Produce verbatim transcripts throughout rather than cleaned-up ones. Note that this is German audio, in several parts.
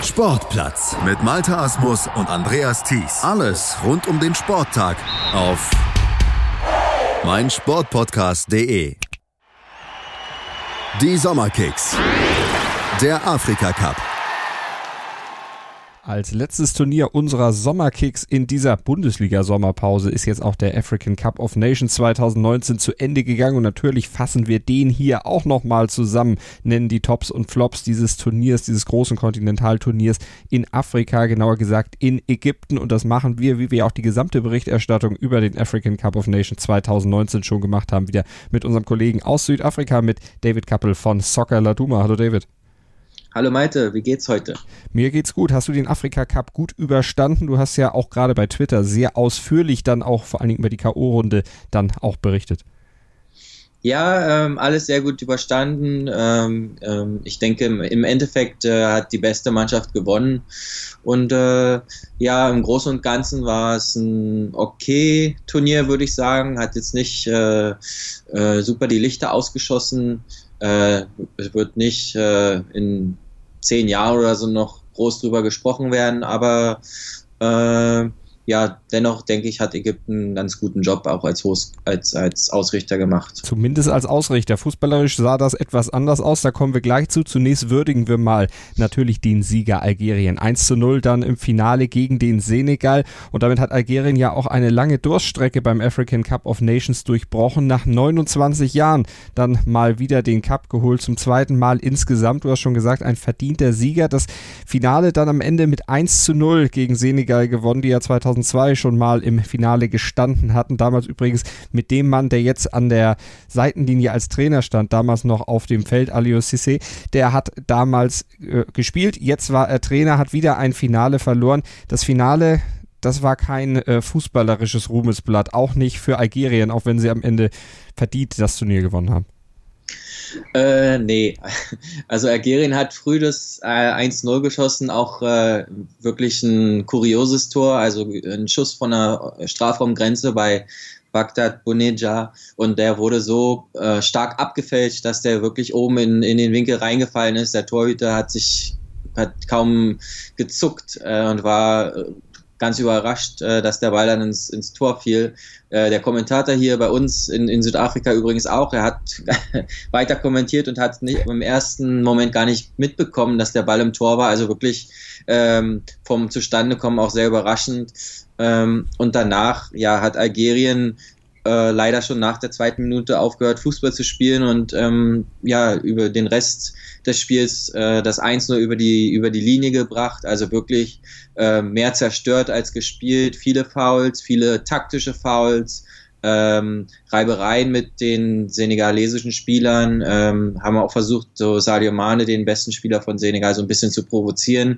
Sportplatz mit Malte Asmus und Andreas Thies. Alles rund um den Sporttag auf meinsportpodcast punkt de. Die Sommerkicks. Der Afrika-Cup. Als letztes Turnier unserer Sommerkicks in dieser Bundesliga-Sommerpause ist jetzt auch der African Cup of Nations zwanzig neunzehn zu Ende gegangen und natürlich fassen wir den hier auch nochmal zusammen, nennen die Tops und Flops dieses Turniers, dieses großen Kontinentalturniers in Afrika, genauer gesagt in Ägypten, und das machen wir, wie wir auch die gesamte Berichterstattung über den African Cup of Nations zwanzig neunzehn schon gemacht haben, wieder mit unserem Kollegen aus Südafrika, mit David Kappel von Soccer Laduma. Hallo David. Hallo Malte, wie geht's heute? Mir geht's gut. Hast du den Afrika-Cup gut überstanden? Du hast ja auch gerade bei Twitter sehr ausführlich dann auch vor allen Dingen über die K O-Runde dann auch berichtet. Ja, ähm, alles sehr gut überstanden. Ähm, ähm, ich denke, im Endeffekt äh, hat die beste Mannschaft gewonnen. Und äh, ja, im Großen und Ganzen war es ein okay Turnier, würde ich sagen. Hat jetzt nicht äh, äh, super die Lichter ausgeschossen. Äh, es wird nicht äh, in zehn Jahren oder so noch groß drüber gesprochen werden, aber äh, ja, dennoch denke ich, hat Ägypten einen ganz guten Job auch als, Host, als, als Ausrichter gemacht. Zumindest als Ausrichter. Fußballerisch sah das etwas anders aus, da kommen wir gleich zu. Zunächst würdigen wir mal natürlich den Sieger Algerien. eins zu null dann im Finale gegen den Senegal, und damit hat Algerien ja auch eine lange Durststrecke beim African Cup of Nations durchbrochen. Nach neunundzwanzig Jahren dann mal wieder den Cup geholt, zum zweiten Mal insgesamt. Du hast schon gesagt, ein verdienter Sieger. Das Finale dann am Ende mit eins zu null gegen Senegal gewonnen, die ja zweitausendzwei schon mal im Finale gestanden hatten. Damals übrigens mit dem Mann, der jetzt an der Seitenlinie als Trainer stand, damals noch auf dem Feld, Aliou Cissé. Der hat damals äh, gespielt, jetzt war er Trainer, hat wieder ein Finale verloren. Das Finale, das war kein äh, fußballerisches Ruhmesblatt, auch nicht für Algerien, auch wenn sie am Ende verdient das Turnier gewonnen haben. Äh, nee, also Algerien hat früh das äh, eins zu null geschossen, auch äh, wirklich ein kurioses Tor, also ein Schuss von der Strafraumgrenze bei Bagdad Bounedjah, und der wurde so äh, stark abgefälscht, dass der wirklich oben in, in den Winkel reingefallen ist. Der Torhüter hat sich hat kaum gezuckt äh, und war äh, ganz überrascht, äh, dass der Ball dann ins, ins Tor fiel. Äh, der Kommentator hier bei uns in, in Südafrika übrigens auch, er hat weiter kommentiert und hat nicht, im ersten Moment gar nicht mitbekommen, dass der Ball im Tor war. Also wirklich ähm, vom Zustandekommen auch sehr überraschend. Ähm, und danach ja, hat Algerien Äh, leider schon nach der zweiten Minute aufgehört, Fußball zu spielen, und ähm, ja, über den Rest des Spiels äh, das eins zu null über die, über die Linie gebracht, also wirklich äh, mehr zerstört als gespielt, viele Fouls, viele taktische Fouls, ähm, Reibereien mit den senegalesischen Spielern, ähm, haben auch versucht, so Sadio Mane, den besten Spieler von Senegal, so ein bisschen zu provozieren.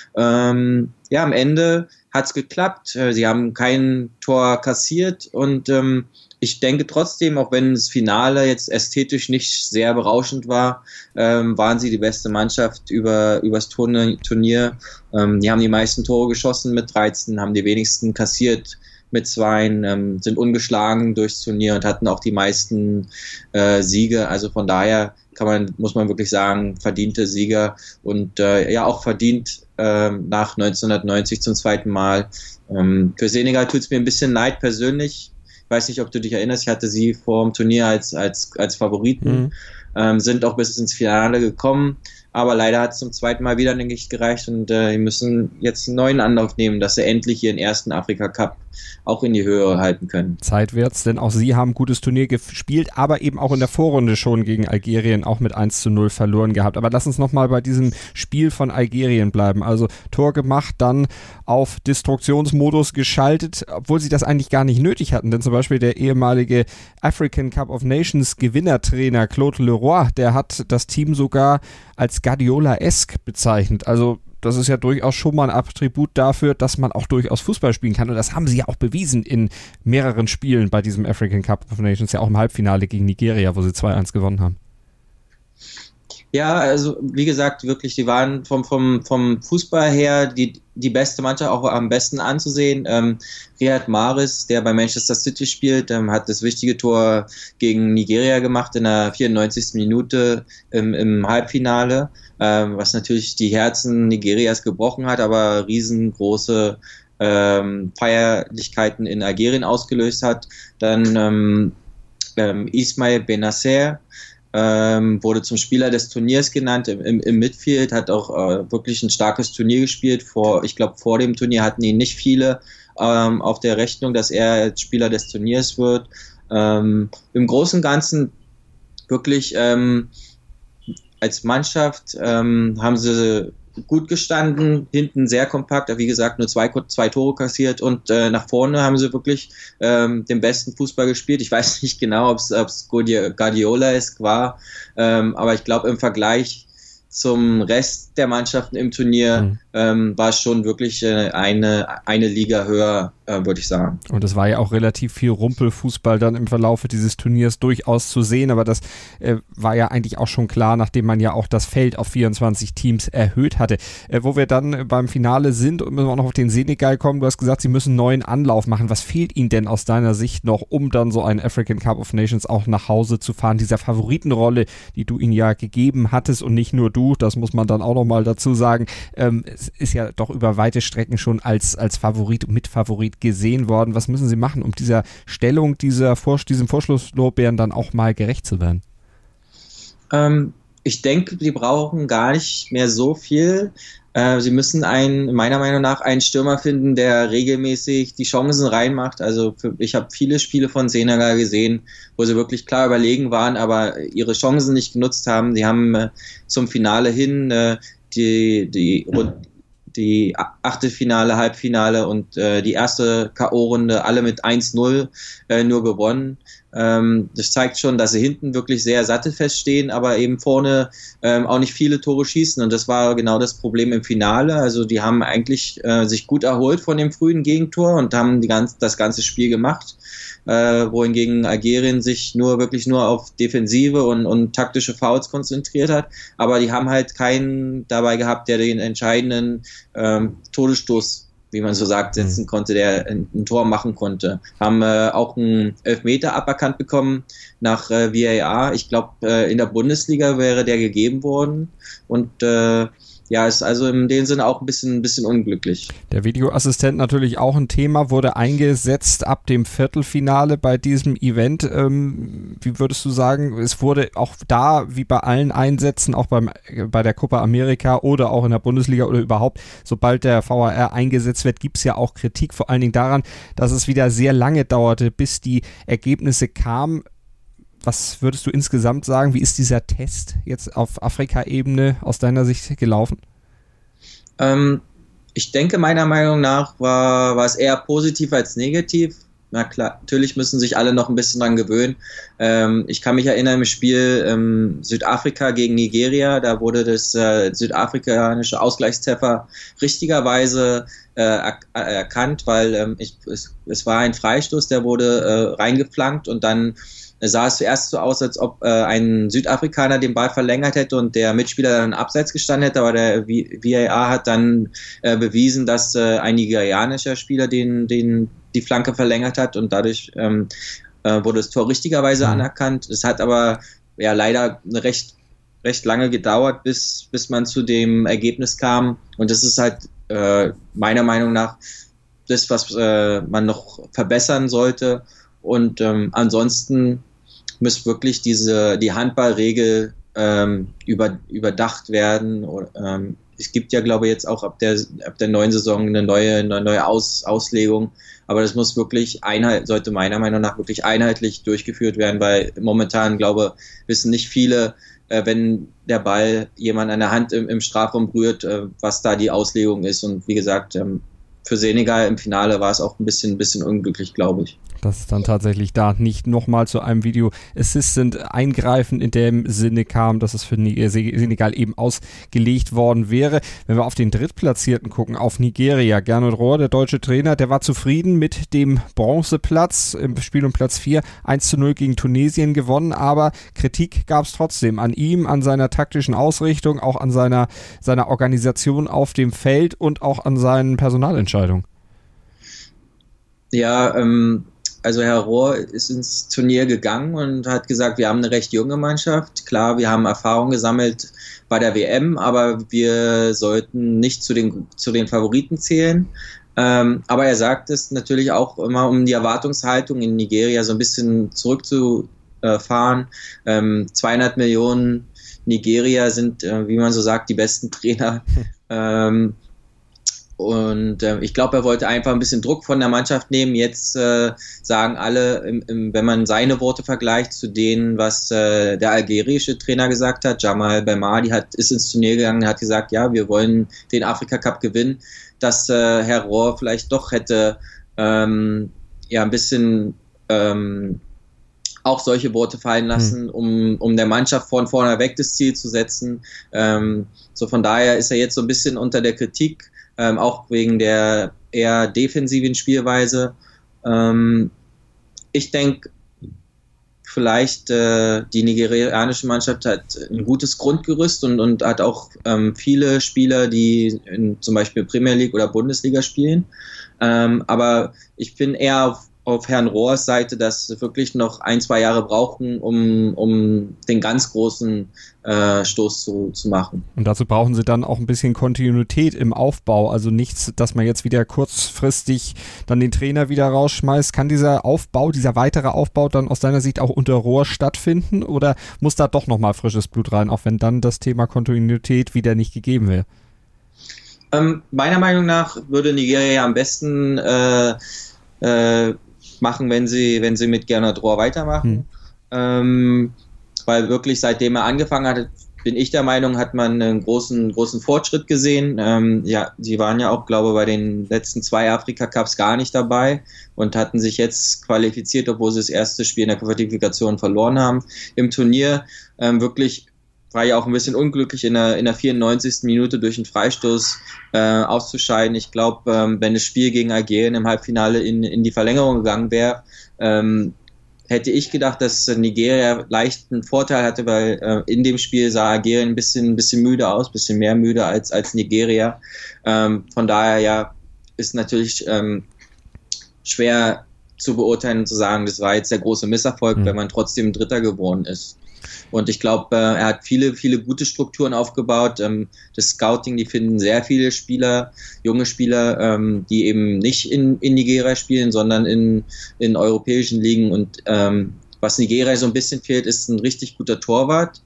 Ähm, ja, am Ende hat's geklappt. Sie haben kein Tor kassiert, und ähm, ich denke trotzdem, auch wenn das Finale jetzt ästhetisch nicht sehr berauschend war, ähm, waren sie die beste Mannschaft über übers Turnier. Ähm, die haben die meisten Tore geschossen mit dreizehn, haben die wenigsten kassiert mit zwei, ähm, sind ungeschlagen durchs Turnier und hatten auch die meisten äh, Siege. Also von daher kann man, muss man wirklich sagen, verdiente Sieger, und äh, ja auch verdient äh, nach neunzehnhundertneunzig zum zweiten Mal. Ähm, für Senegal tut es mir ein bisschen leid persönlich. Ich weiß nicht, ob du dich erinnerst, ich hatte sie vor dem Turnier als, als, als Favoriten, mhm. ähm, sind auch bis ins Finale gekommen. Aber leider hat es zum zweiten Mal wieder nicht gereicht, und äh, die müssen jetzt einen neuen Anlauf nehmen, dass sie endlich ihren ersten Afrika-Cup auch in die Höhe halten können. Zeit wird's, denn auch sie haben ein gutes Turnier gespielt, aber eben auch in der Vorrunde schon gegen Algerien auch mit eins zu null verloren gehabt. Aber lass uns nochmal bei diesem Spiel von Algerien bleiben. Also Tor gemacht, dann auf Destruktionsmodus geschaltet, obwohl sie das eigentlich gar nicht nötig hatten, denn zum Beispiel der ehemalige African Cup of Nations Gewinnertrainer Claude Leroy, der hat das Team sogar als Guardiola-esque bezeichnet. Also das ist ja durchaus schon mal ein Attribut dafür, dass man auch durchaus Fußball spielen kann. Und das haben sie ja auch bewiesen in mehreren Spielen bei diesem African Cup of Nations, ja auch im Halbfinale gegen Nigeria, wo sie zwei eins gewonnen haben. Ja, also wie gesagt, wirklich, die waren vom, vom, vom Fußball her die, die beste Mannschaft, auch am besten anzusehen. Ähm, Riyad Mahrez, der bei Manchester City spielt, ähm, hat das wichtige Tor gegen Nigeria gemacht in der vierundneunzigsten Minute im, im Halbfinale, ähm, was natürlich die Herzen Nigerias gebrochen hat, aber riesengroße ähm, Feierlichkeiten in Algerien ausgelöst hat. Dann ähm, ähm, Ismail Benacer, Ähm, wurde zum Spieler des Turniers genannt im, im, im Midfield, hat auch äh, wirklich ein starkes Turnier gespielt. Vor, ich glaube, vor dem Turnier hatten ihn nicht viele ähm, auf der Rechnung, dass er Spieler des Turniers wird. Ähm, Im Großen und Ganzen wirklich ähm, als Mannschaft ähm, haben sie gut gestanden, hinten sehr kompakt, wie gesagt, nur zwei, zwei Tore kassiert und äh, nach vorne haben sie wirklich ähm, den besten Fußball gespielt. Ich weiß nicht genau, ob es Guardiola-esk war, ähm, aber ich glaube im Vergleich zum Rest der Mannschaften im Turnier mhm. ähm, war es schon wirklich äh, eine, eine Liga höher, äh, würde ich sagen. Und es war ja auch relativ viel Rumpelfußball dann im Verlaufe dieses Turniers durchaus zu sehen, aber das äh, war ja eigentlich auch schon klar, nachdem man ja auch das Feld auf vierundzwanzig Teams erhöht hatte. Äh, wo wir dann beim Finale sind und müssen wir auch noch auf den Senegal kommen, du hast gesagt, sie müssen einen neuen Anlauf machen. Was fehlt ihnen denn aus deiner Sicht noch, um dann so einen African Cup of Nations auch nach Hause zu fahren, dieser Favoritenrolle, die du ihnen ja gegeben hattest und nicht nur du, das muss man dann auch nochmal dazu sagen, ähm, es ist ja doch über weite Strecken schon als, als Favorit, Mitfavorit gesehen worden. Was müssen sie machen, um dieser Stellung, dieser Vor- diesem Vorschusslorbeeren dann auch mal gerecht zu werden? Ähm, ich denke, die brauchen gar nicht mehr so viel. Äh, sie müssen einen, meiner Meinung nach, einen Stürmer finden, der regelmäßig die Chancen reinmacht. Also für, ich habe viele Spiele von Senegal gesehen, wo sie wirklich klar überlegen waren, aber ihre Chancen nicht genutzt haben. Die haben äh, zum Finale hin äh, die, die, die Achtelfinale, Halbfinale und äh, die erste K O-Runde alle mit eins null äh, nur gewonnen. Ähm, das zeigt schon, dass sie hinten wirklich sehr sattelfest stehen, aber eben vorne ähm, auch nicht viele Tore schießen. Und das war genau das Problem im Finale. Also die haben eigentlich äh, sich gut erholt von dem frühen Gegentor und haben die ganz, das ganze Spiel gemacht. Äh, wohingegen Algerien sich nur wirklich nur auf Defensive und, und taktische Fouls konzentriert hat. Aber die haben halt keinen dabei gehabt, der den entscheidenden ähm, Todesstoß, wie man so sagt, setzen konnte, der ein, ein Tor machen konnte. Haben äh, auch einen Elfmeter aberkannt bekommen nach äh, V A R. Ich glaube, äh, in der Bundesliga wäre der gegeben worden. Und äh, ja, ist also in dem Sinne auch ein bisschen, ein bisschen unglücklich. Der Videoassistent natürlich auch ein Thema, wurde eingesetzt ab dem Viertelfinale bei diesem Event. Ähm, wie würdest du sagen, es wurde auch da, wie bei allen Einsätzen, auch beim, bei der Copa America oder auch in der Bundesliga oder überhaupt, sobald der V A R eingesetzt wird, gibt es ja auch Kritik, vor allen Dingen daran, dass es wieder sehr lange dauerte, bis die Ergebnisse kamen. Was würdest du insgesamt sagen? Wie ist dieser Test jetzt auf Afrika-Ebene aus deiner Sicht gelaufen? Ähm, ich denke, meiner Meinung nach war, war es eher positiv als negativ. Na klar, natürlich müssen sich alle noch ein bisschen dran gewöhnen. Ähm, ich kann mich erinnern im Spiel ähm, Südafrika gegen Nigeria, da wurde das äh, südafrikanische Ausgleichstreffer richtigerweise äh, er- erkannt, weil ähm, ich, es, es war ein Freistoß, der wurde äh, reingeflankt und dann sah es zuerst so aus, als ob äh, ein Südafrikaner den Ball verlängert hätte und der Mitspieler dann abseits gestanden hätte, aber der V A R hat dann äh, bewiesen, dass äh, ein nigerianischer Spieler den, den die Flanke verlängert hat und dadurch ähm, äh, wurde das Tor richtigerweise anerkannt. Es hat aber ja leider eine recht, recht lange gedauert, bis, bis man zu dem Ergebnis kam und das ist halt äh, meiner Meinung nach das, was äh, man noch verbessern sollte. Und ähm, ansonsten muss wirklich diese die Handballregel ähm, über, überdacht werden. Oder, ähm, es gibt ja, glaube ich, jetzt auch ab der ab der neuen Saison eine neue eine neue Aus, Auslegung. Aber das muss wirklich einheit sollte meiner Meinung nach wirklich einheitlich durchgeführt werden, weil momentan, glaube wissen nicht viele, äh, wenn der Ball jemand an der Hand im, im Strafraum berührt, äh, was da die Auslegung ist. Und wie gesagt, ähm, für Senegal im Finale war es auch ein bisschen, ein bisschen unglücklich, glaube ich. Dass es dann tatsächlich da nicht nochmal zu einem Video Assistant eingreifen in dem Sinne kam, dass es für Senegal eben ausgelegt worden wäre. Wenn wir auf den Drittplatzierten gucken, auf Nigeria, Gernot Rohr, der deutsche Trainer, der war zufrieden mit dem Bronzeplatz im Spiel um Platz vier, eins zu null gegen Tunesien gewonnen, aber Kritik gab es trotzdem an ihm, an seiner taktischen Ausrichtung, auch an seiner, seiner Organisation auf dem Feld und auch an seinen Personalentscheidungen. Ja, ähm, also Herr Rohr ist ins Turnier gegangen und hat gesagt, wir haben eine recht junge Mannschaft. Klar, wir haben Erfahrung gesammelt bei der W M, aber wir sollten nicht zu den, zu den Favoriten zählen. Ähm, aber er sagt es natürlich auch immer, um die Erwartungshaltung in Nigeria so ein bisschen zurückzufahren. Ähm, zweihundert Millionen Nigerier sind, äh, wie man so sagt, die besten Trainer. ähm, Und äh, ich glaube, er wollte einfach ein bisschen Druck von der Mannschaft nehmen. Jetzt äh, sagen alle, im, im, wenn man seine Worte vergleicht zu denen, was äh, der algerische Trainer gesagt hat, Jamal Belmadi hat, ist ins Turnier gegangen, hat gesagt, ja, wir wollen den Afrika Cup gewinnen, dass äh, Herr Rohr vielleicht doch hätte ähm, ja ein bisschen ähm, auch solche Worte fallen lassen, um, um der Mannschaft von vorne weg das Ziel zu setzen. Ähm, so von daher ist er jetzt so ein bisschen unter der Kritik, Ähm, auch wegen der eher defensiven Spielweise. Ähm, ich denke, vielleicht äh, die nigerianische Mannschaft hat ein gutes Grundgerüst und, und hat auch ähm, viele Spieler, die in zum Beispiel Premier League oder Bundesliga spielen. Ähm, aber ich bin eher auf auf Herrn Rohrs Seite, dass sie wirklich noch ein, zwei Jahre brauchen, um, um den ganz großen äh, Stoß zu, zu machen. Und dazu brauchen sie dann auch ein bisschen Kontinuität im Aufbau, also nichts, dass man jetzt wieder kurzfristig dann den Trainer wieder rausschmeißt. Kann dieser Aufbau, dieser weitere Aufbau dann aus deiner Sicht auch unter Rohr stattfinden oder muss da doch nochmal frisches Blut rein, auch wenn dann das Thema Kontinuität wieder nicht gegeben wäre? Ähm, meiner Meinung nach würde Nigeria am besten äh, äh, machen, wenn sie, wenn sie mit Gernot Rohr weitermachen. Hm. Ähm, weil wirklich seitdem er angefangen hat, bin ich der Meinung, hat man einen großen, großen Fortschritt gesehen. Ähm, ja, sie waren ja auch, glaube ich, bei den letzten zwei Afrika-Cups gar nicht dabei und hatten sich jetzt qualifiziert, obwohl sie das erste Spiel in der Qualifikation verloren haben. Im Turnier ähm, wirklich war ja auch ein bisschen unglücklich, in der, in der vierundneunzigsten Minute durch einen Freistoß äh, auszuscheiden. Ich glaube, ähm, wenn das Spiel gegen Algerien im Halbfinale in, in die Verlängerung gegangen wäre, ähm, hätte ich gedacht, dass Nigeria leicht einen Vorteil hatte, weil äh, in dem Spiel sah Algerien ein bisschen, ein bisschen müde aus, ein bisschen mehr müde als, als Nigeria. Ähm, von daher ja, ist natürlich ähm, schwer zu beurteilen und zu sagen, das war jetzt der große Misserfolg, mhm. wenn man trotzdem Dritter geworden ist. Und ich glaube, äh, er hat viele, viele gute Strukturen aufgebaut. Ähm, das Scouting, die finden sehr viele Spieler, junge Spieler, ähm, die eben nicht in, in Nigeria spielen, sondern in, in europäischen Ligen. Und ähm, was Nigeria so ein bisschen fehlt, ist ein richtig guter Torwart.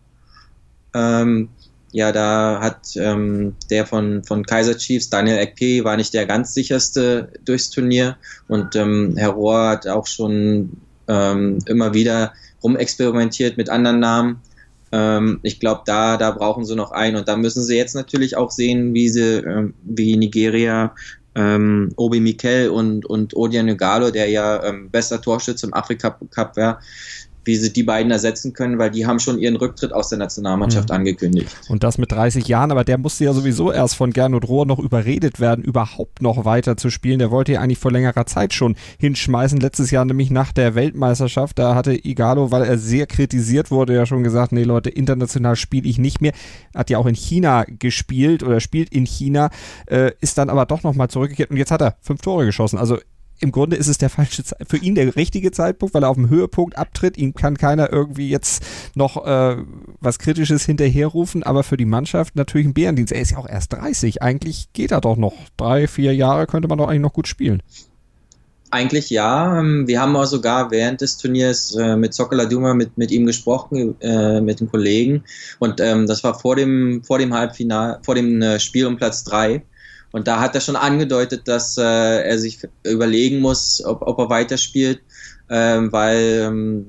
Ähm, ja, da hat ähm, der von, von Kaizer Chiefs, Daniel Ekpe, war nicht der ganz sicherste durchs Turnier. Und ähm, Herr Rohr hat auch schon ähm, immer wieder rumexperimentiert mit anderen Namen. Ähm, ich glaube, da, da brauchen sie noch einen. Und da müssen sie jetzt natürlich auch sehen, wie sie, ähm, wie Nigeria, ähm, Obi Mikel und, und Odion Ighalo, der ja ähm, bester Torschütze im Afrika Cup war, wie sie die beiden ersetzen können, weil die haben schon ihren Rücktritt aus der Nationalmannschaft mhm. angekündigt. Und das mit dreißig Jahren, aber der musste ja sowieso erst von Gernot Rohr noch überredet werden, überhaupt noch weiter zu spielen. Der wollte ja eigentlich vor längerer Zeit schon hinschmeißen. Letztes Jahr nämlich nach der Weltmeisterschaft, da hatte Ighalo, weil er sehr kritisiert wurde, ja schon gesagt, nee Leute, international spiele ich nicht mehr. Hat ja auch in China gespielt oder spielt in China, äh, ist dann aber doch nochmal zurückgekehrt und jetzt hat er fünf Tore geschossen. Also im Grunde ist es der falsche Ze- für ihn der richtige Zeitpunkt, weil er auf dem Höhepunkt abtritt. Ihm kann keiner irgendwie jetzt noch äh, was Kritisches hinterherrufen, aber für die Mannschaft natürlich ein Bärendienst. Er ist ja auch erst dreißig. Eigentlich geht er doch noch. Drei, vier Jahre könnte man doch eigentlich noch gut spielen. Eigentlich ja. Wir haben auch sogar während des Turniers äh, mit Sokola Duma mit, mit ihm gesprochen, äh, mit den Kollegen. Und ähm, das war vor dem, vor dem Halbfinale, vor dem äh, Spiel um Platz drei. Und da hat er schon angedeutet, dass äh, er sich überlegen muss, ob, ob er weiterspielt, ähm, weil ähm,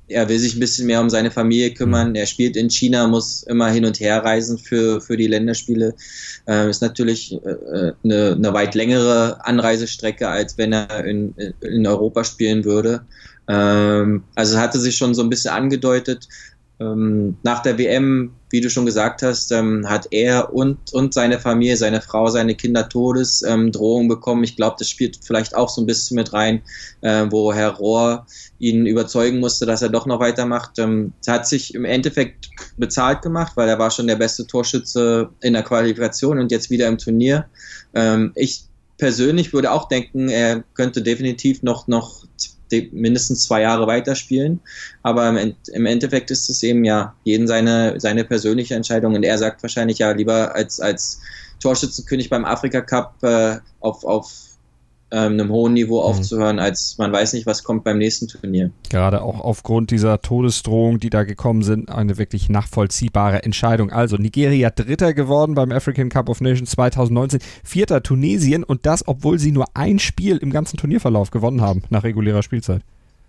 er will sich ein bisschen mehr um seine Familie kümmern. Er spielt in China, muss immer hin und her reisen für, für die Länderspiele. Äh, ist natürlich äh, eine, eine weit längere Anreisestrecke, als wenn er in, in Europa spielen würde. Ähm, also hatte sich schon so ein bisschen angedeutet. Ähm, nach der W M, wie du schon gesagt hast, ähm, hat er und, und seine Familie, seine Frau, seine Kinder Todesdrohungen ähm, bekommen. Ich glaube, das spielt vielleicht auch so ein bisschen mit rein, äh, wo Herr Rohr ihn überzeugen musste, dass er doch noch weitermacht. Ähm, es hat sich im Endeffekt bezahlt gemacht, weil er war schon der beste Torschütze in der Qualifikation und jetzt wieder im Turnier. Ähm, ich persönlich würde auch denken, er könnte definitiv noch, noch mindestens zwei Jahre weiterspielen, aber im, im Endeffekt ist es eben ja jeden seine, seine persönliche Entscheidung und er sagt wahrscheinlich ja lieber als, als Torschützenkönig beim Afrika Cup äh, auf, auf ähm, einem hohen Niveau mhm. aufzuhören, als man weiß nicht, was kommt beim nächsten Turnier. Gerade auch aufgrund dieser Todesdrohungen, die da gekommen sind, eine wirklich nachvollziehbare Entscheidung. Also Nigeria Dritter geworden beim African Cup of Nations zwanzig neunzehn, Vierter Tunesien und das, obwohl sie nur ein Spiel im ganzen Turnierverlauf gewonnen haben, nach regulärer Spielzeit.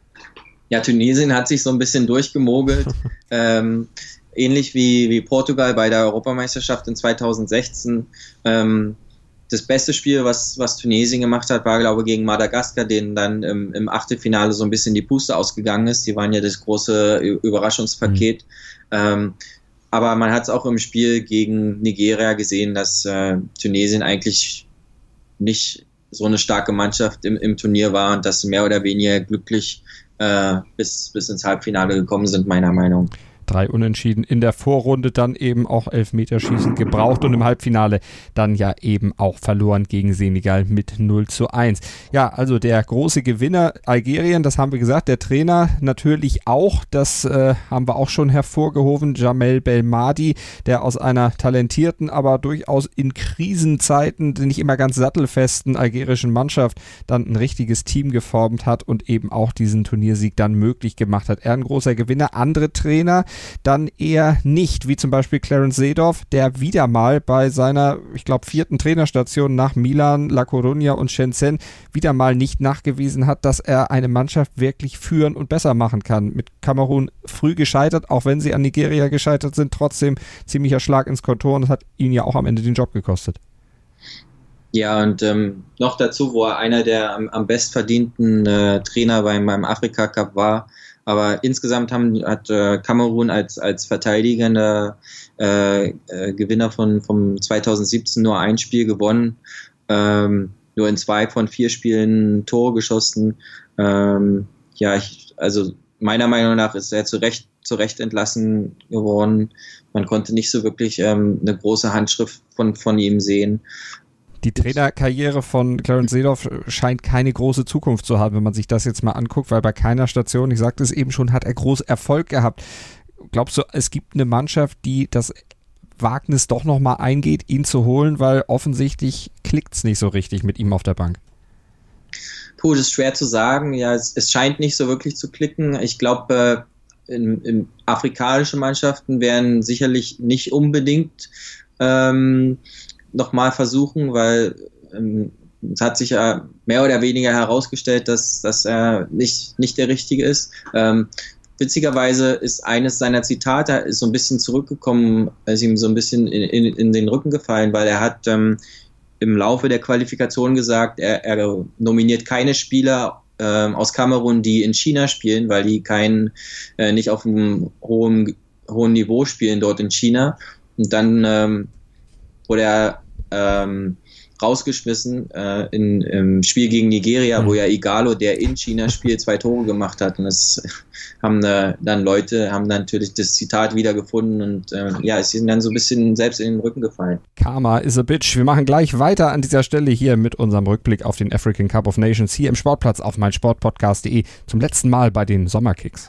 Ja, Tunesien hat sich so ein bisschen durchgemogelt, ähm, ähnlich wie, wie Portugal bei der Europameisterschaft in zwanzig sechzehn. Ähm, Das beste Spiel, was, was Tunesien gemacht hat, war, glaube ich, gegen Madagaskar, denen dann im, im Achtelfinale so ein bisschen die Puste ausgegangen ist. Die waren ja das große Überraschungspaket. Mhm. Ähm, aber man hat es auch im Spiel gegen Nigeria gesehen, dass äh, Tunesien eigentlich nicht so eine starke Mannschaft im, im Turnier war und dass sie mehr oder weniger glücklich äh, bis, bis ins Halbfinale gekommen sind, meiner Meinung nach. Drei Unentschieden in der Vorrunde, dann eben auch Elfmeterschießen gebraucht und im Halbfinale dann ja eben auch verloren gegen Senegal mit null zu eins. Ja, also der große Gewinner Algerien, das haben wir gesagt, der Trainer natürlich auch, das äh, haben wir auch schon hervorgehoben, Jamel Belmadi, der aus einer talentierten, aber durchaus in Krisenzeiten nicht immer ganz sattelfesten algerischen Mannschaft dann ein richtiges Team geformt hat und eben auch diesen Turniersieg dann möglich gemacht hat. Er ein großer Gewinner, andere Trainer dann eher nicht, wie zum Beispiel Clarence Seedorf, der wieder mal bei seiner, ich glaube, vierten Trainerstation nach Milan, La Coruña und Shenzhen wieder mal nicht nachgewiesen hat, dass er eine Mannschaft wirklich führen und besser machen kann. Mit Kamerun früh gescheitert, auch wenn sie an Nigeria gescheitert sind, trotzdem ziemlicher Schlag ins Kontor und das hat ihn ja auch am Ende den Job gekostet. Ja, und ähm, noch dazu, wo er einer der am, am bestverdienten äh, Trainer beim, beim Afrika Cup war. Aber insgesamt haben, hat äh, Kamerun als, als verteidigender äh, äh, Gewinner von vom zwanzig siebzehn nur ein Spiel gewonnen, ähm, nur in zwei von vier Spielen ein Tor geschossen. Ähm, ja, ich, also meiner Meinung nach ist er zu Recht, zu Recht entlassen geworden. Man konnte nicht so wirklich ähm, eine große Handschrift von, von ihm sehen. Die Trainerkarriere von Clarence Seedorf scheint keine große Zukunft zu haben, wenn man sich das jetzt mal anguckt, weil bei keiner Station, ich sagte es eben schon, hat er groß Erfolg gehabt. Glaubst du, es gibt eine Mannschaft, die das Wagnis doch nochmal eingeht, ihn zu holen, weil offensichtlich klickt es nicht so richtig mit ihm auf der Bank? Puh, das ist schwer zu sagen. Ja, es, es scheint nicht so wirklich zu klicken. Ich glaube, äh, in, in afrikanische Mannschaften werden sicherlich nicht unbedingt ähm, nochmal versuchen, weil ähm, es hat sich ja mehr oder weniger herausgestellt, dass, dass er nicht, nicht der Richtige ist. Ähm, witzigerweise ist eines seiner Zitate ist so ein bisschen zurückgekommen, ist ihm so ein bisschen in, in, in den Rücken gefallen, weil er hat ähm, im Laufe der Qualifikation gesagt, er, er nominiert keine Spieler ähm, aus Kamerun, die in China spielen, weil die kein, äh, nicht auf einem hohen, hohen Niveau spielen dort in China. Und dann ähm, wurde er ähm, rausgeschmissen äh, in, im Spiel gegen Nigeria, mhm. wo ja Igalo, der in China spielt, zwei Tore gemacht hat. Und das haben äh, dann Leute, haben dann natürlich das Zitat wiedergefunden und äh, ja, es ist ihnen dann so ein bisschen selbst in den Rücken gefallen. Karma is a bitch. Wir machen gleich weiter an dieser Stelle hier mit unserem Rückblick auf den African Cup of Nations hier im Sportplatz auf meinsportpodcast punkt de zum letzten Mal bei den Sommerkicks.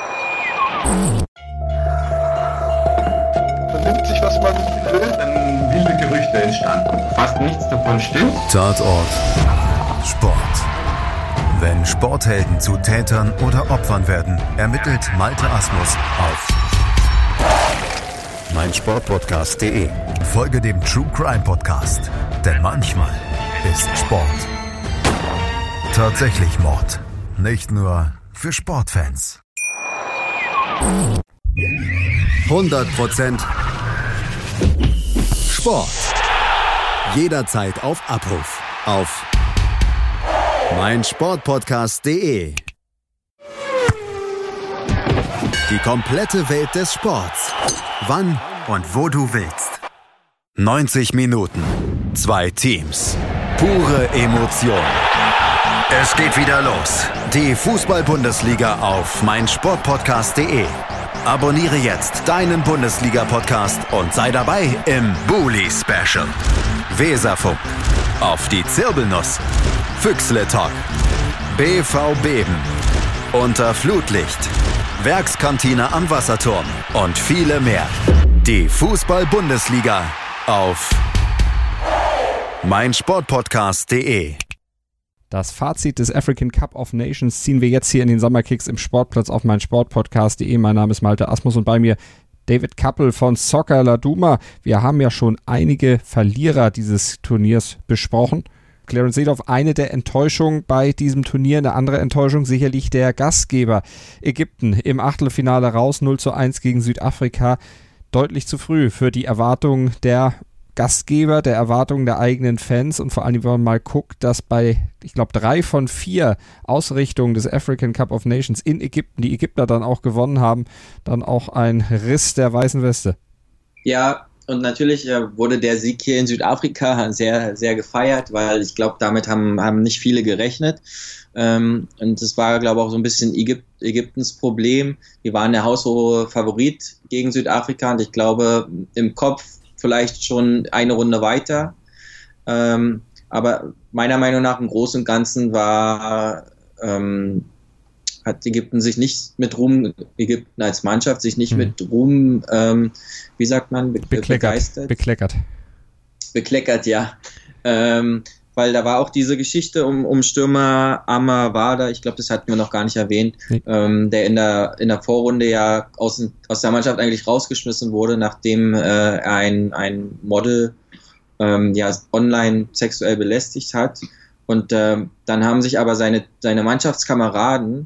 Man nimmt sich, was man will, dann wilde Gerüchte entstanden. Fast nichts davon stimmt. Tatort Sport. Wenn Sporthelden zu Tätern oder Opfern werden, ermittelt Malte Asmus auf meinsportpodcast punkt de. Folge dem True Crime Podcast, denn manchmal ist Sport tatsächlich Mord. Nicht nur für Sportfans. hundert Prozent Sport. Jederzeit auf Abruf. Auf meinsportpodcast punkt de. Die komplette Welt des Sports. Wann und wo du willst. neunzig Minuten. Zwei Teams. Pure Emotion. Es geht wieder los. Die Fußball-Bundesliga auf meinsportpodcast punkt de. Abonniere jetzt deinen Bundesliga-Podcast und sei dabei im Bully-Special. Weserfunk. Auf die Zirbelnuss. Füchsle Talk. B V Beben. Unter Flutlicht. Werkskantine am Wasserturm. Und viele mehr. Die Fußball-Bundesliga auf meinsportpodcast punkt de. Das Fazit des African Cup of Nations ziehen wir jetzt hier in den Sommerkicks im Sportplatz auf meinsportpodcast punkt de. Mein Name ist Malte Asmus und bei mir David Kappel von Soccer Laduma. Wir haben ja schon einige Verlierer dieses Turniers besprochen. Clarence Seedorf, eine der Enttäuschungen bei diesem Turnier, eine andere Enttäuschung sicherlich der Gastgeber Ägypten. Im Achtelfinale raus, null zu eins gegen Südafrika. Deutlich zu früh für die Erwartungen der Gastgeber, der Erwartungen der eigenen Fans und vor allem, wenn man mal guckt, dass bei, ich glaube, drei von vier Ausrichtungen des African Cup of Nations in Ägypten, die Ägypter dann auch gewonnen haben, dann auch ein Riss der weißen Weste. Ja, und natürlich äh, wurde der Sieg hier in Südafrika sehr, sehr gefeiert, weil ich glaube, damit haben, haben nicht viele gerechnet. Ähm, und das war, glaube ich, auch so ein bisschen Ägyp- Ägyptens Problem. Die waren der haushohe Favorit gegen Südafrika und ich glaube, im Kopf vielleicht schon eine Runde weiter. Ähm, aber meiner Meinung nach im Großen und Ganzen war, ähm, hat Ägypten sich nicht mit Ruhm, Ägypten als Mannschaft sich nicht hm. mit Ruhm, ähm, wie sagt man, be- bekleckert, begeistert. Bekleckert. Bekleckert, ja. Ähm, weil da war auch diese Geschichte um, um Stürmer Amar Wada, ich glaube, das hatten wir noch gar nicht erwähnt, nee. ähm, der in der in der Vorrunde ja aus, aus der Mannschaft eigentlich rausgeschmissen wurde, nachdem äh, er ein, ein Model ähm, ja, online sexuell belästigt hat. Und ähm, dann haben sich aber seine, seine Mannschaftskameraden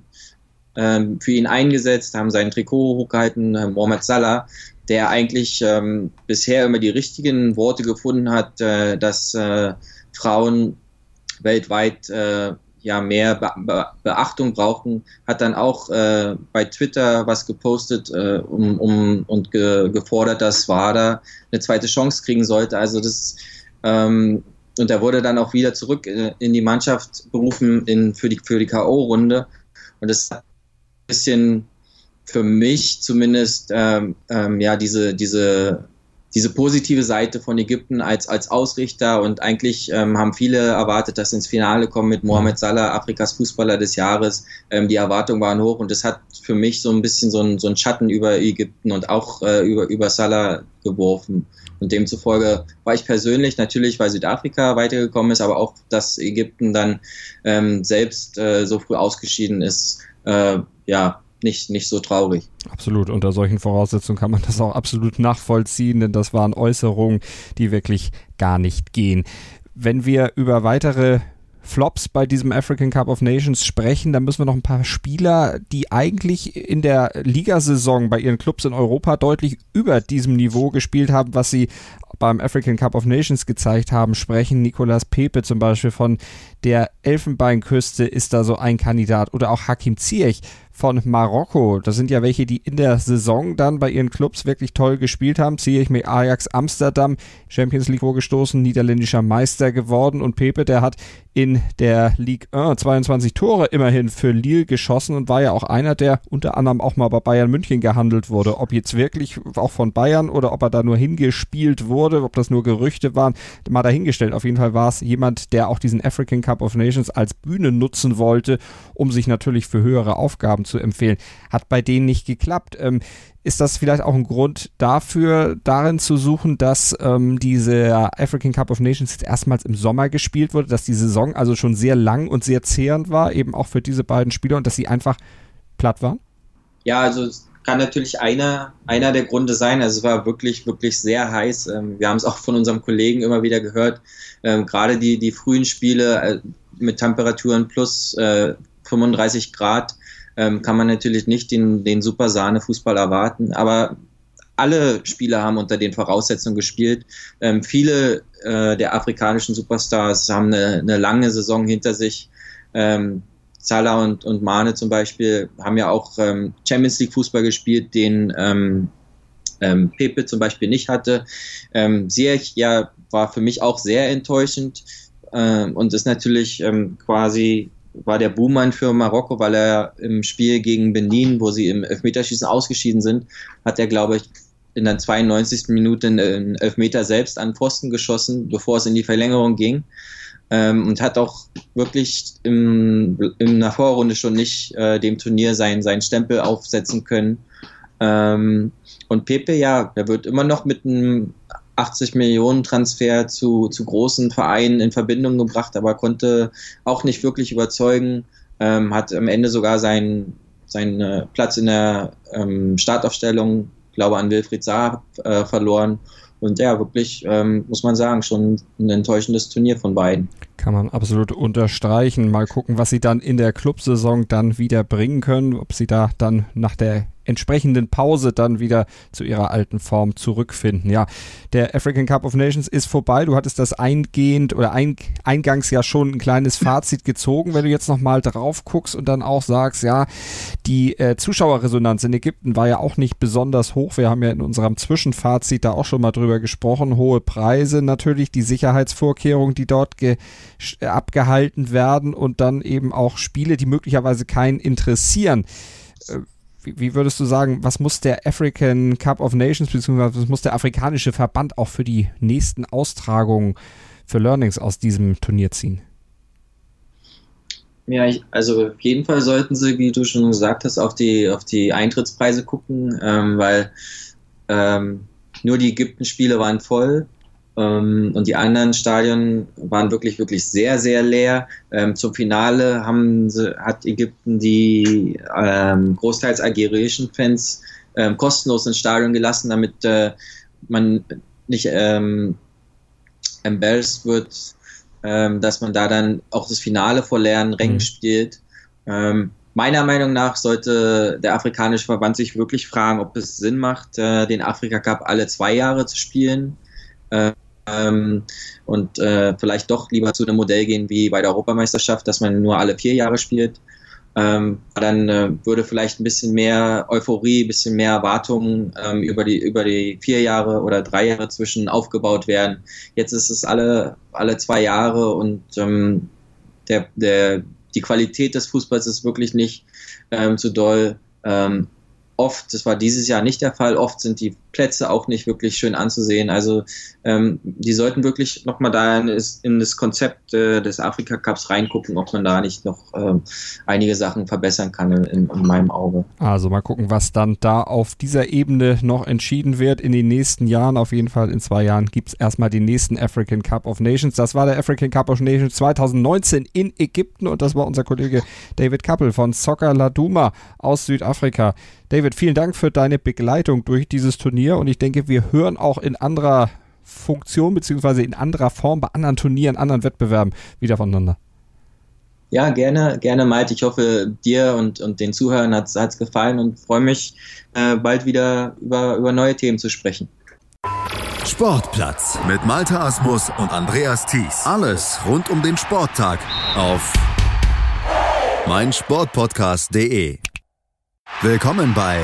ähm, für ihn eingesetzt, haben sein Trikot hochgehalten, äh, Mohamed Salah, der eigentlich ähm, bisher immer die richtigen Worte gefunden hat, äh, dass äh, Frauen weltweit äh, ja mehr Be- Be- Beachtung brauchen, hat dann auch äh, bei Twitter was gepostet äh, um, um, und ge- gefordert, dass Wada eine zweite Chance kriegen sollte. Also das ähm, und er wurde dann auch wieder zurück äh, in die Mannschaft berufen in, für die, für die K O-Runde. Und das hat ein bisschen für mich zumindest ähm, ähm, ja diese, diese diese positive Seite von Ägypten als, als Ausrichter und eigentlich ähm, haben viele erwartet, dass sie ins Finale kommen mit Mohamed Salah, Afrikas Fußballer des Jahres. Ähm, die Erwartungen waren hoch und das hat für mich so ein bisschen so ein, so ein Schatten über Ägypten und auch äh, über, über Salah geworfen. Und demzufolge war ich persönlich natürlich, weil Südafrika weitergekommen ist, aber auch, dass Ägypten dann ähm, selbst äh, so früh ausgeschieden ist, äh, ja, nicht, nicht so traurig. Absolut, unter solchen Voraussetzungen kann man das auch absolut nachvollziehen, denn das waren Äußerungen, die wirklich gar nicht gehen. Wenn wir über weitere Flops bei diesem African Cup of Nations sprechen, dann müssen wir noch ein paar Spieler, die eigentlich in der Ligasaison bei ihren Clubs in Europa deutlich über diesem Niveau gespielt haben, was sie beim African Cup of Nations gezeigt haben, sprechen. Nicolas Pepe zum Beispiel von der Elfenbeinküste ist da so ein Kandidat oder auch Hakim Ziyech von Marokko. Das sind ja welche, die in der Saison dann bei ihren Clubs wirklich toll gespielt haben. Ziyech mit Ajax Amsterdam, Champions League vorgestoßen, niederländischer Meister geworden und Pepe, der hat in der Ligue eins zweiundzwanzig Tore immerhin für Lille geschossen und war ja auch einer, der unter anderem auch mal bei Bayern München gehandelt wurde. Ob jetzt wirklich auch von Bayern oder ob er da nur hingespielt wurde, ob das nur Gerüchte waren, mal dahingestellt. Auf jeden Fall war es jemand, der auch diesen African Cup of Nations als Bühne nutzen wollte, um sich natürlich für höhere Aufgaben zu empfehlen. Hat bei denen nicht geklappt. Ähm, ist das vielleicht auch ein Grund dafür, darin zu suchen, dass ähm, diese African Cup of Nations jetzt erstmals im Sommer gespielt wurde, dass die Saison also schon sehr lang und sehr zehrend war, eben auch für diese beiden Spieler und dass sie einfach platt waren? Ja, also es kann natürlich einer, einer der Gründe sein. Also es war wirklich, wirklich sehr heiß. Ähm, wir haben es auch von unserem Kollegen immer wieder gehört. Ähm, gerade die, die frühen Spiele äh, mit Temperaturen plus äh, fünfunddreißig Grad ähm, kann man natürlich nicht den, den Super-Sahne-Fußball erwarten, aber alle Spieler haben unter den Voraussetzungen gespielt. Ähm, viele äh, der afrikanischen Superstars haben eine, eine lange Saison hinter sich. Ähm, Salah und, und Mane zum Beispiel haben ja auch ähm, Champions League Fußball gespielt, den ähm, ähm, Pepe zum Beispiel nicht hatte. Ähm, Ziyech ja war für mich auch sehr enttäuschend ähm, und ist natürlich ähm, quasi war der Buhmann für Marokko, weil er im Spiel gegen Benin, wo sie im Elfmeterschießen ausgeschieden sind, hat er, glaube ich, in der zweiundneunzigsten Minute einen Elfmeter selbst an Pfosten geschossen, bevor es in die Verlängerung ging. Ähm, und hat auch wirklich im, in der Vorrunde schon nicht äh, dem Turnier seinen, seinen Stempel aufsetzen können. Ähm, und Pepe, ja, der wird immer noch mit einem achtzig Millionen Transfer zu, zu großen Vereinen in Verbindung gebracht, aber konnte auch nicht wirklich überzeugen, ähm, hat am Ende sogar seinen, seinen Platz in der ähm, Startaufstellung, glaube an Wilfried Zaha, äh, verloren. Und ja, wirklich, ähm, muss man sagen, schon ein enttäuschendes Turnier von beiden. Kann man absolut unterstreichen. Mal gucken, was sie dann in der Clubsaison dann wieder bringen können, ob sie da dann nach der entsprechenden Pause dann wieder zu ihrer alten Form zurückfinden. Ja, der African Cup of Nations ist vorbei. Du hattest das eingehend oder ein, eingangs ja schon ein kleines Fazit gezogen. Wenn du jetzt nochmal drauf guckst und dann auch sagst, ja, die äh, Zuschauerresonanz in Ägypten war ja auch nicht besonders hoch. Wir haben ja in unserem Zwischenfazit da auch schon mal drüber gesprochen. Hohe Preise natürlich, die Sicherheitsvorkehrungen, die dort ge- abgehalten werden und dann eben auch Spiele, die möglicherweise keinen interessieren. Äh, Wie würdest du sagen, was muss der African Cup of Nations bzw. was muss der afrikanische Verband auch für die nächsten Austragungen für Learnings aus diesem Turnier ziehen? Ja, ich, also auf jeden Fall sollten sie, wie du schon gesagt hast, auf die, auf die Eintrittspreise gucken, ähm, weil ähm, nur die Ägypten-Spiele waren voll. Um, und die anderen Stadien waren wirklich, wirklich sehr, sehr leer. Ähm, zum Finale haben sie, hat Ägypten die ähm, großteils algerischen Fans ähm, kostenlos ins Stadion gelassen, damit äh, man nicht ähm, embarrassed wird, ähm, dass man da dann auch das Finale vor leeren Rängen mhm. spielt. Ähm, meiner Meinung nach sollte der afrikanische Verband sich wirklich fragen, ob es Sinn macht, äh, den Afrika Cup alle zwei Jahre zu spielen. Äh, Ähm, und äh, vielleicht doch lieber zu einem Modell gehen wie bei der Europameisterschaft, dass man nur alle vier Jahre spielt. Ähm, dann äh, würde vielleicht ein bisschen mehr Euphorie, ein bisschen mehr Erwartungen ähm, über die über die vier Jahre oder drei Jahre zwischen aufgebaut werden. Jetzt ist es alle alle zwei Jahre und ähm, der der die Qualität des Fußballs ist wirklich nicht ähm, so doll. Ähm, Oft, das war dieses Jahr nicht der Fall, oft sind die Plätze auch nicht wirklich schön anzusehen. Also ähm, die sollten wirklich nochmal da in das, in das Konzept äh, des Afrika Cups reingucken, ob man da nicht noch ähm, einige Sachen verbessern kann in, in meinem Auge. Also mal gucken, was dann da auf dieser Ebene noch entschieden wird in den nächsten Jahren. Auf jeden Fall in zwei Jahren gibt es erstmal den nächsten African Cup of Nations. Das war der African Cup of Nations zwanzig neunzehn in Ägypten und das war unser Kollege David Kappel von Soccer Laduma aus Südafrika. David, vielen Dank für deine Begleitung durch dieses Turnier und ich denke, wir hören auch in anderer Funktion beziehungsweise in anderer Form bei anderen Turnieren, anderen Wettbewerben wieder voneinander. Ja, gerne, gerne Malte. Ich hoffe, dir und, und den Zuhörern hat es gefallen und freue mich, äh, bald wieder über, über neue Themen zu sprechen. Sportplatz mit Malte Asmus und Andreas Thies. Alles rund um den Sporttag auf meinsportpodcast punkt de. Willkommen bei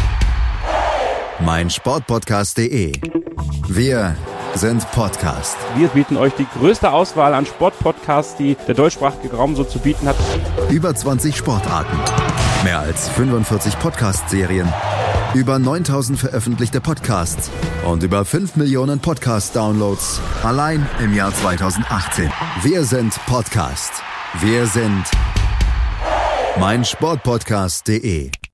meinsportpodcast punkt de. Wir sind Podcast. Wir bieten euch die größte Auswahl an Sportpodcasts, die der deutschsprachige Raum so zu bieten hat. Über zwanzig Sportarten, mehr als fünfundvierzig Podcast-Serien, über neuntausend veröffentlichte Podcasts und über fünf Millionen Podcast-Downloads allein im Jahr zweitausendachtzehn. Wir sind Podcast. Wir sind meinsportpodcast punkt de.